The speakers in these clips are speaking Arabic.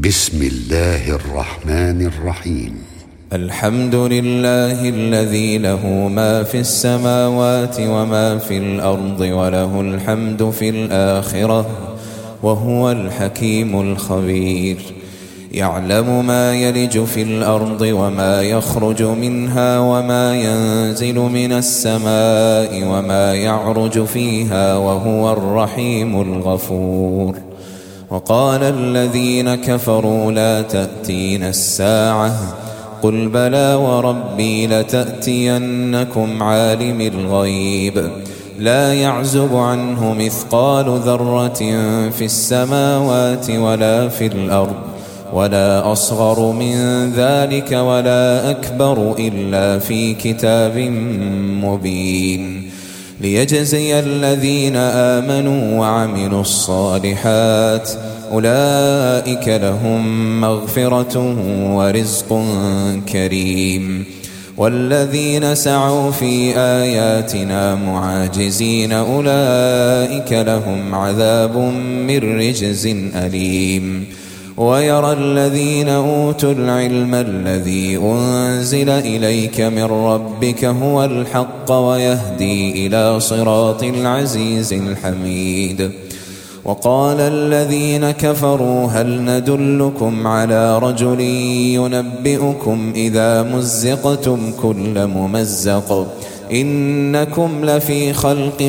بسم الله الرحمن الرحيم. الحمد لله الذي له ما في السماوات وما في الأرض وله الحمد في الآخرة وهو الحكيم الخبير. يعلم ما يلج في الأرض وما يخرج منها وما ينزل من السماء وما يعرج فيها وهو الرحيم الغفور. وقال الذين كفروا لا تأتين الساعة قل بلى وربي لتأتينكم عالم الغيب لا يعزب عنه مثقال ذرة في السماوات ولا في الأرض ولا أصغر من ذلك ولا أكبر إلا في كتاب مبين ليجزي الذين آمنوا وعملوا الصالحات أولئك لهم مغفرة ورزق كريم. والذين سعوا في آياتنا معاجزين أولئك لهم عذاب من رجز أليم. ويرى الذين أوتوا العلم الذي أنزل إليك من ربك هو الحق ويهدي إلى صراط العزيز الحميد. وقال الذين كفروا هل ندلكم على رجل ينبئكم إذا مزقتم كل ممزق إنكم لفي خلق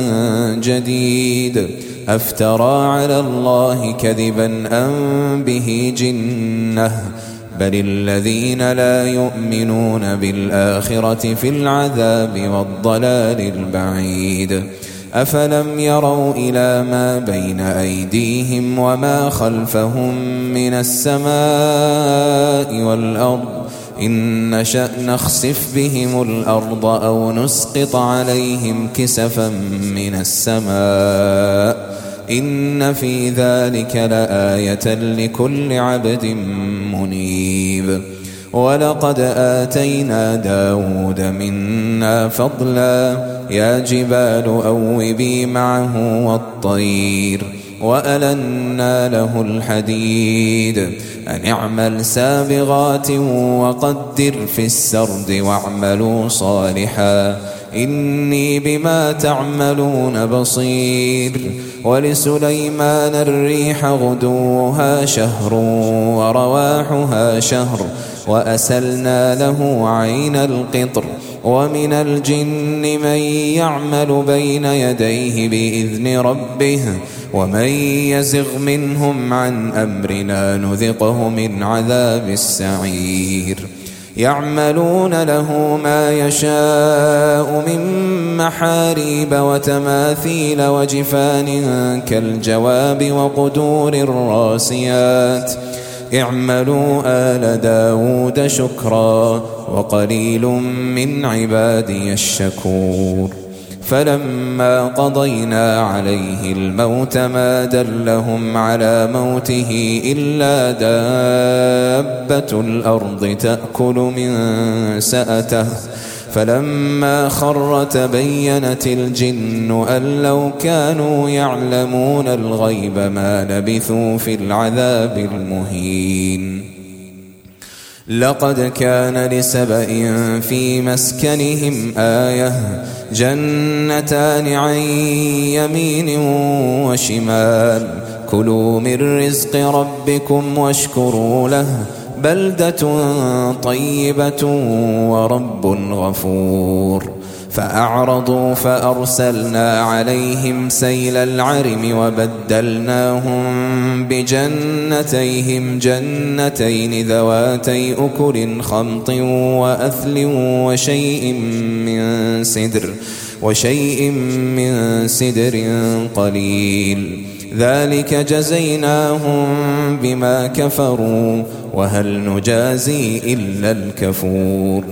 جديد أفترى على الله كذبا أم به جنة بل الذين لا يؤمنون بالآخرة في العذاب والضلال البعيد. أفلم يروا إلى ما بين أيديهم وما خلفهم من السماء والأرض إن نشأ نخسف بهم الأرض أو نسقط عليهم كسفا من السماء إن في ذلك لآية لكل عبد منيب. ولقد آتينا داود منا فضلا يا جبال أوبي معه والطير وألنا له الحديد أن اعمل سابغات وقدر في السرد واعملوا صالحا إني بما تعملون بصير. ولسليمان الريح غدوها شهر ورواحها شهر وأسلنا له عين القطر ومن الجن من يعمل بين يديه بإذن ربه ومن يزغ منهم عن أمرنا نذقه من عذاب السعير. يعملون له ما يشاء من محاريب وتماثيل وجفان كالجواب وقدور الراسيات اعملوا آل داود شكرا وقليل من عبادي الشكور. فلما قضينا عليه الموت ما دلهم على موته إلا دابة الأرض تأكل من سأته فلما خر تبينت الجن أن لو كانوا يعلمون الغيب ما لبثوا في العذاب المهين. لقد كان لسبإ في مسكنهم آية جنتان عن يمين وشمال كلوا من رزق ربكم واشكروا له بلدة طيبة ورب غفور. فأعرضوا فأرسلنا عليهم سيل العرم وبدلناهم بجنتيهم جنتين ذواتي أكل خمط وأثل وشيء من سدر قليل ذلك جزيناهم بما كفروا وهل نجازي إلا الكفور.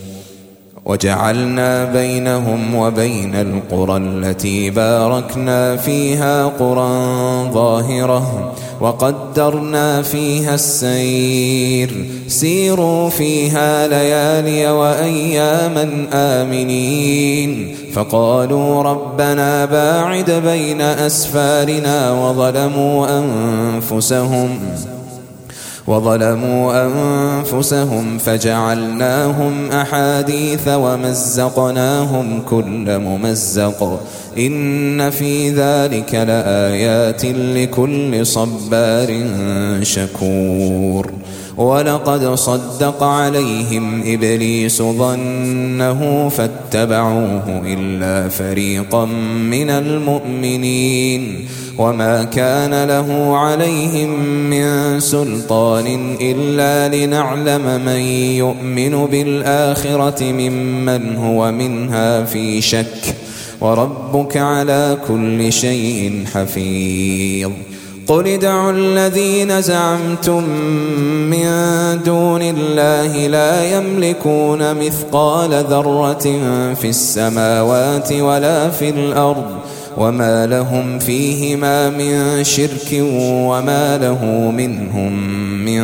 وجعلنا بينهم وبين القرى التي باركنا فيها قرى ظاهرة وقدرنا فيها السير سيروا فيها ليالي وأياما آمنين فقالوا ربنا باعد بين أسفارنا وظلموا أنفسهم وظلموا أنفسهم فجعلناهم أحاديث ومزقناهم كل ممزق إن في ذلك لآيات لكل صبار شكور ولقد صدق عليهم إبليس ظنه فاتبعوه إلا فريقا من المؤمنين وما كان له عليهم من سلطان إلا لنعلم من يؤمن بالآخرة ممن هو منها في شك وربك على كل شيء حفيظ قل ادعوا الذين زعمتم من دون الله لا يملكون مثقال ذرة في السماوات ولا في الأرض وما لهم فيهما من شرك وما له منهم من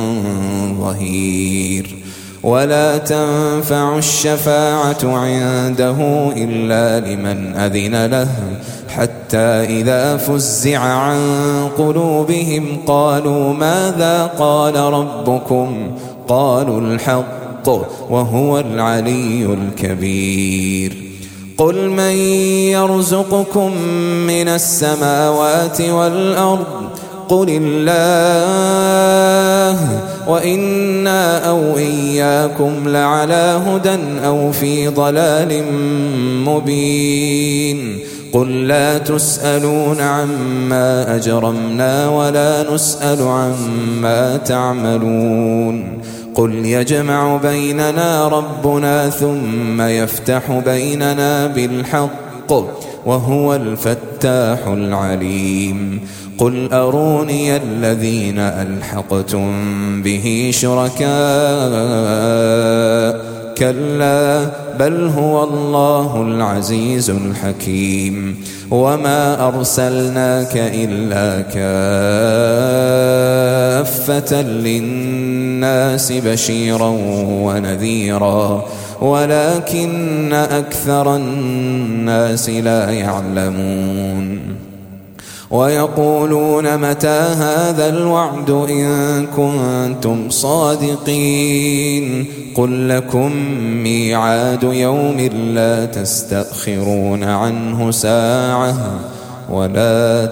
ظهير ولا تنفع الشفاعة عنده إلا لمن أذن له حتى إذا فزع عن قلوبهم قالوا ماذا قال ربكم قالوا الحق وهو العلي الكبير قل من يرزقكم من السماوات والأرض قل الله وإنا أو إياكم لعلى هدى أو في ضلال مبين قل لا تسألون عما أجرمنا ولا نسأل عما تعملون قل يجمع بيننا ربنا ثم يفتح بيننا بالحق وهو الفتاح العليم قل أروني الذين ألحقتم به شركاء كلا بل هو الله العزيز الحكيم وما أرسلناك إلا كافة للناس بشيرا ونذيرا ولكن أكثر الناس لا يعلمون ويقولون متى هذا الوعد إن كنتم صادقين قل لكم ميعاد يوم لا تستأخرون عنه ساعة ولا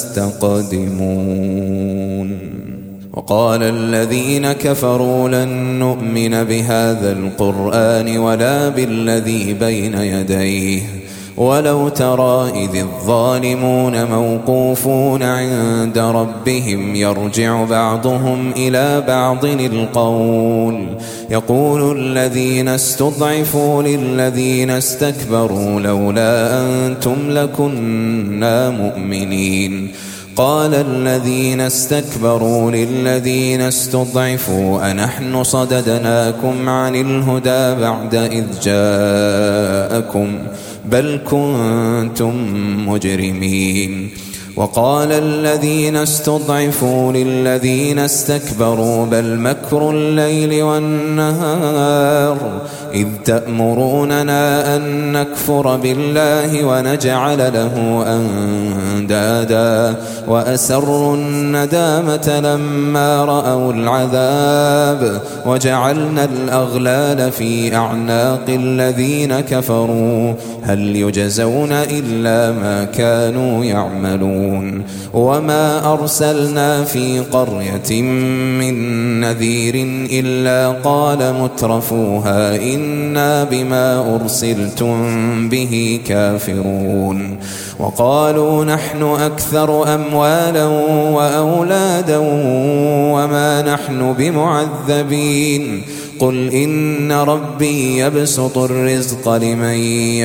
تستقدمون وقال الذين كفروا لن نؤمن بهذا القرآن ولا بالذي بين يديه ولو ترى إذ الظالمون موقوفون عند ربهم يرجع بعضهم إلى بعض القول يقول الذين استضعفوا للذين استكبروا لولا أنتم لكنا مؤمنين قال الذين استكبروا للذين استضعفوا أنحن صددناكم عن الهدى بعد إذ جاءكم بل كنتم مجرمين وقال الذين استضعفوا للذين استكبروا بل مكر الليل والنهار إذ تأمروننا أن نكفر بالله ونجعل له أندادا وأسروا الندامة لما رأوا العذاب وجعلنا الأغلال في أعناق الذين كفروا هل يجزون إلا ما كانوا يعملون وما أرسلنا في قرية من نذير إلا قال مترفوها إنا بما أرسلتم به كافرون وقالوا نحن أكثر أموالا وأولادا وما نحن بمعذبين قل إن ربي يبسط الرزق لمن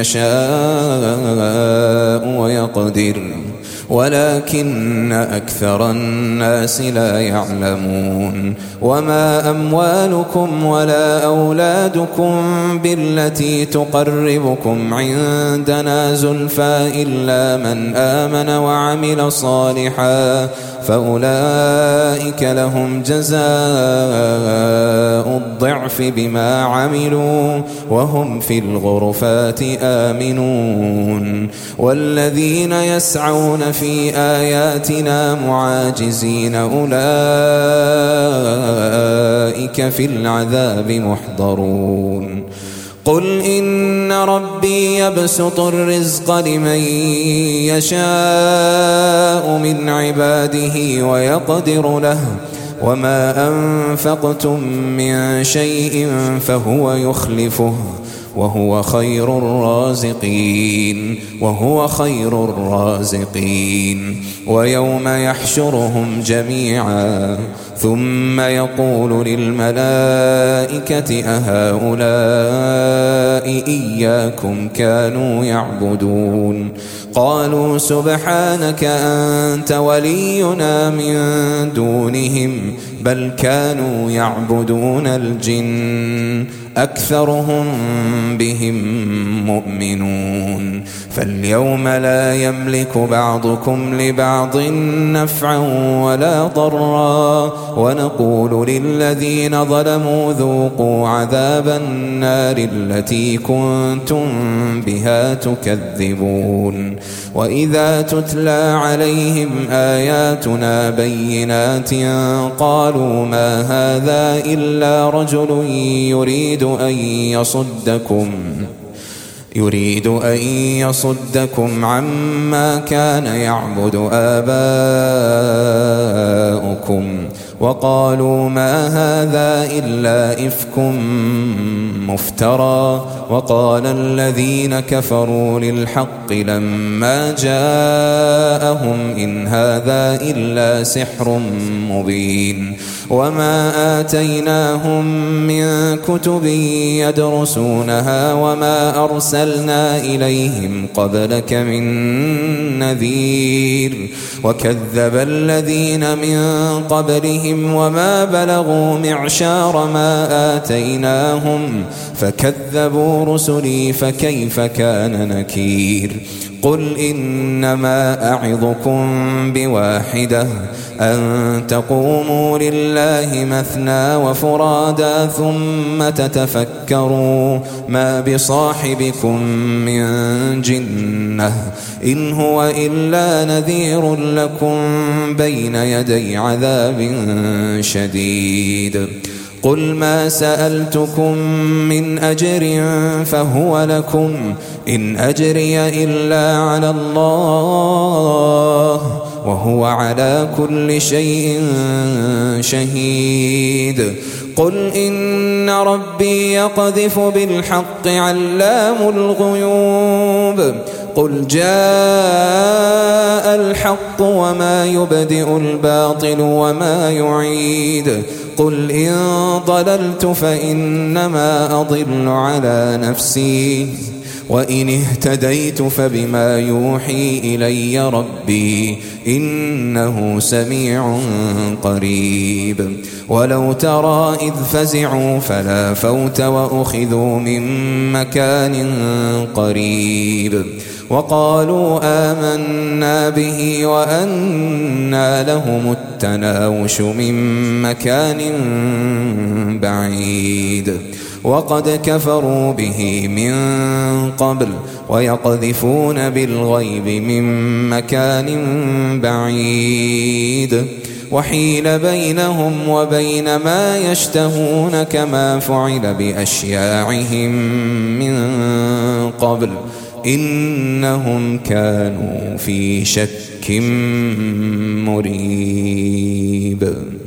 يشاء ويقدر ولكن أكثر الناس لا يعلمون وما أموالكم ولا أولادكم بالتي تقربكم عندنا زلفى إلا من آمن وعمل صالحا فأولئك لهم جزاء الضعف بما عملوا وهم في الغرفات آمنون والذين يسعون في آياتنا معاجزين أولئك أولئك في العذاب محضرون قل إن ربي يبسط الرزق لمن يشاء من عباده ويقدر له وما أنفقتم من شيء فهو يخلفه وهو خير الرازقين ويوم يحشرهم جميعا ثم يقول للملائكة أهؤلاء إياكم كانوا يعبدون قالوا سبحانك أنت ولينا من دونهم بل كانوا يعبدون الجن أكثرهم بهم مؤمنون فاليوم لا يملك بعضكم لبعض نفعا ولا ضرا ونقول للذين ظلموا ذوقوا عذاب النار التي كنتم بها تكذبون وإذا تتلى عليهم آياتنا بينات قالوا ما هذا إلا رجل يريد أن يصدكم عما كان يعبد آباؤكم وقالوا ما هذا إلا إفك مفترى وقال الذين كفروا للحق لما جاءهم إن هذا إلا سحر مبين وما آتيناهم من كتب يدرسونها وما أرسلنا إليهم قبلك من نذير وكذب الذين من قبلهم وما بلغوا معشار ما آتيناهم فكذبوا رسلي فكيف كان نكير قل إنما أعظكم بواحدة أن تقوموا لله مثنى وفرادا ثم تتفكروا ما بصاحبكم من جنة إن هو إلا نذير لكم بين يدي عذاب شديد قل ما سألتكم من أجر فهو لكم إن أجري إلا على الله وهو على كل شيء شهيد قل إن ربي يقذف بالحق علام الغيوب قل جاء الحق وما يبدئ الباطل وما يعيد قل إن ضللت فإنما أضل على نفسي وإن اهتديت فبما يوحي إلي ربي إنه سميع قريب ولو ترى إذ فزعوا فلا فوت وأخذوا من مكان قريب وقالوا آمنا به وأنى لهم التناوش من مكان بعيد وقد كفروا به من قبل ويقذفون بالغيب من مكان بعيد وحيل بينهم وبين ما يشتهون كما فعل بأشياعهم من قبل إنهم كانوا في شك مريب